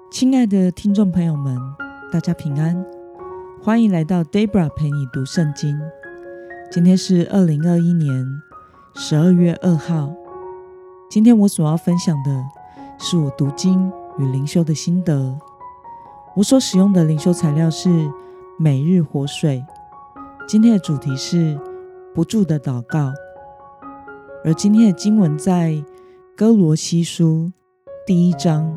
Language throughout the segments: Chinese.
亲爱的听众朋友们，大家平安，欢迎来到 Debra 陪你读圣经。今天是2021年12月2号。今天我所要分享的是我读经与灵修的心得。我所使用的灵修材料是每日活水。今天的主题是不住的祷告。而今天的经文在哥罗西书第1章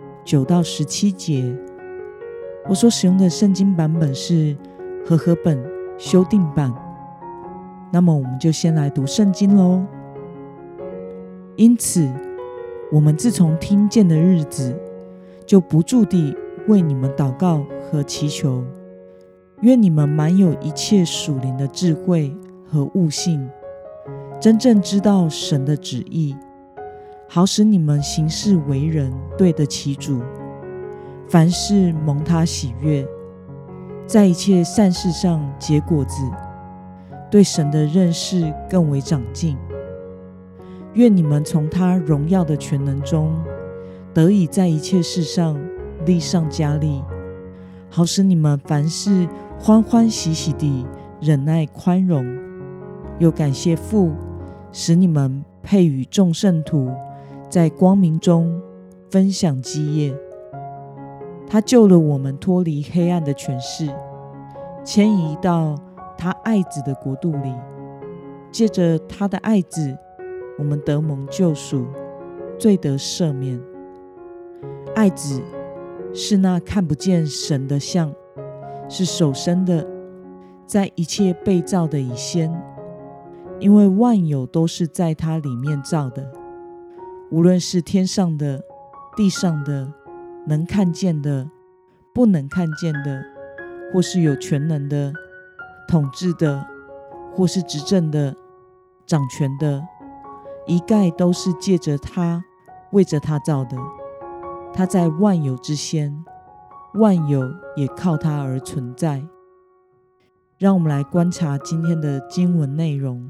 9到17节。我所使用的圣经版本是和合本修订版。那么我们就先来读圣经咯。因此我们自从听见的日子，就不住地为你们祷告和祈求，愿你们满有一切属灵的智慧和悟性，真正知道神的旨意，好使你们行事为人对得起主，凡事蒙他喜悦，在一切善事上结果子，对神的认识更为长进。愿你们从他荣耀的全能中，得以在一切事上力上加力，好使你们凡事欢欢喜喜地忍耐宽容，又感谢父，使你们配与众圣徒在光明中分享基业。他救了我们脱离黑暗的权势，迁移到他爱子的国度里。借着他的爱子，我们得蒙救赎，罪得赦免。爱子是那看不见神的像，是首生的，在一切被造的以先，因为万有都是在他里面造的，无论是天上的、地上的，能看见的、不能看见的，或是有权能的、统治的，或是执政的、掌权的，一概都是借着他、为着他造的。他在万有之先，万有也靠他而存在。让我们来观察今天的经文内容。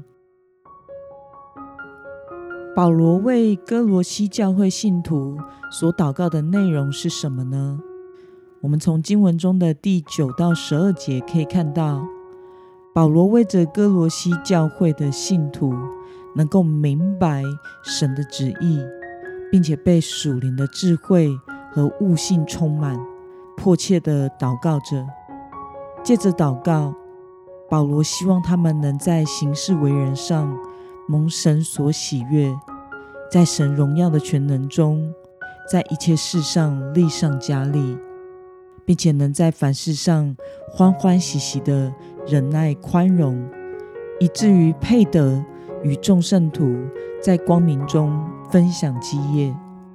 保罗为哥罗西教会信徒所祷告的内容是什么呢？我们从经文中的第9到12节可以看到，保罗为着哥罗西教会的信徒能够明白神的旨意，并且被属灵的智慧和悟性充满，迫切地祷告着。借着祷告，保罗希望他们能在行事为人上蒙神所喜悦，在神荣耀的全能中，在一切事上力上加力，并且能在凡事上欢欢喜喜的忍耐宽容，以至于配得与众圣徒在光明中分享基业。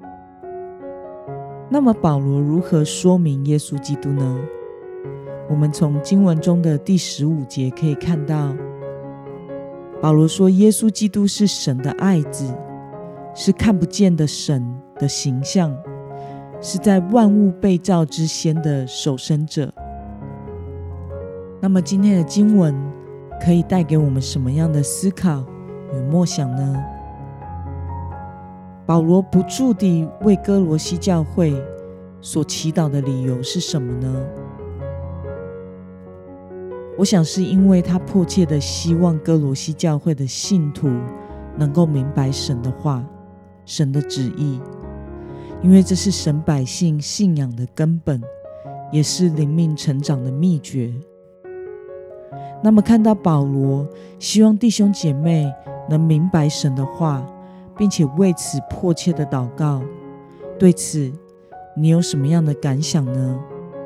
那么保罗如何说明耶稣基督呢？我们从经文中的第15节可以看到，保罗说耶稣基督是神的爱子，是看不见的神的形象，是在万物被造之先的首生者。那么今天的经文可以带给我们什么样的思考与默想呢？保罗不住地为哥罗西教会所祈祷的理由是什么呢？我想是因为他迫切的希望哥罗西教会的信徒能够明白神的话、神的旨意，因为这是神百姓信仰的根本，也是灵命成长的秘诀。那么看到保罗希望弟兄姐妹能明白神的话，并且为此迫切的祷告，对此你有什么样的感想呢？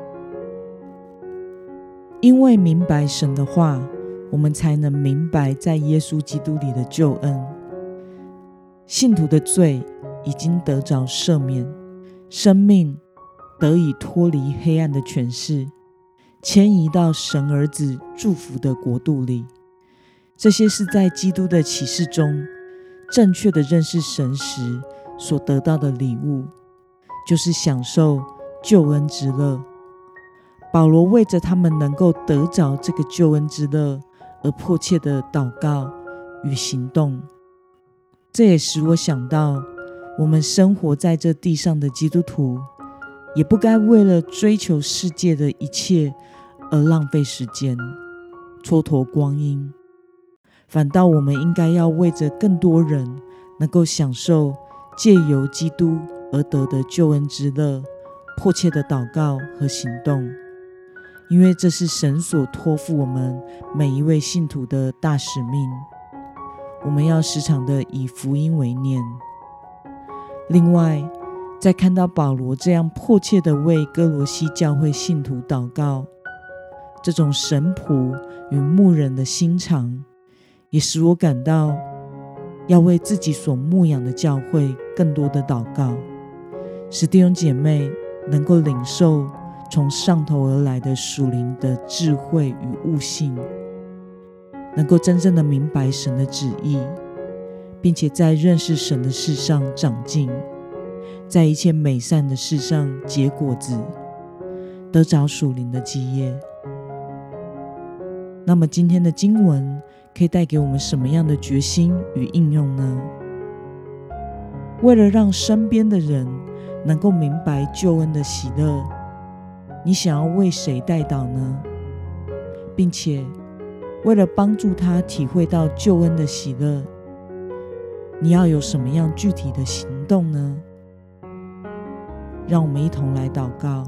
因为明白神的话，我们才能明白在耶稣基督里的救恩。信徒的罪已经得着赦免，生命得以脱离黑暗的权势，迁移到神儿子祝福的国度里。这些是在基督的启示中正确的认识神时所得到的礼物，就是享受救恩之乐。保罗为着他们能够得着这个救恩之乐而迫切的祷告与行动。这也使我想到，我们生活在这地上的基督徒也不该为了追求世界的一切而浪费时间，蹉跎光阴。反倒我们应该要为着更多人能够享受借由基督而得的救恩之乐，迫切的祷告和行动，因为这是神所托付我们每一位信徒的大使命。我们要时常的以福音为念。另外，在看到保罗这样迫切的为哥罗西教会信徒祷告，这种神仆与牧人的心肠，也使我感到要为自己所牧养的教会更多的祷告，使弟兄姐妹能够领受从上头而来的属灵的智慧与悟性，能够真正的明白神的旨意，并且在认识神的事上长进，在一切美善的事上结果子，得着属灵的基业。那么今天的经文可以带给我们什么样的决心与应用呢？为了让身边的人能够明白救恩的喜乐，你想要为谁代祷呢？并且为了帮助他体会到救恩的喜乐，你要有什么样具体的行动呢？让我们一同来祷告。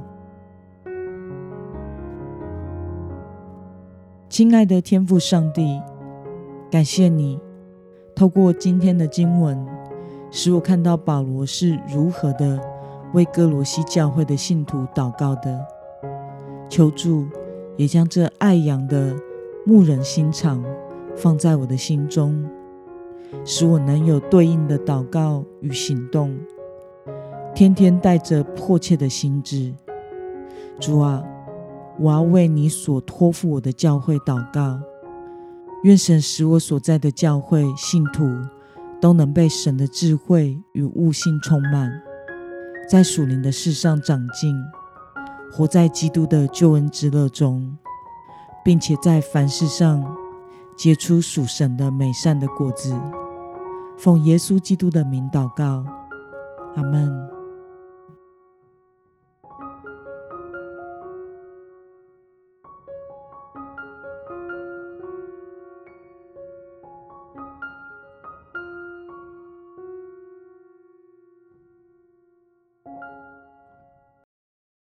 亲爱的天父上帝，感谢你透过今天的经文，使我看到保罗是如何的为哥罗西教会的信徒祷告的。求主也将这爱羊的牧人心肠放在我的心中，使我能有对应的祷告与行动，天天带着迫切的心志。主啊，我要为你所托付我的教会祷告，愿神使我所在的教会信徒都能被神的智慧与悟性充满，在属灵的事上长进，活在基督的救恩之乐中，并且在凡事上结出属神的美善的果子。奉耶稣基督的名祷告，阿们。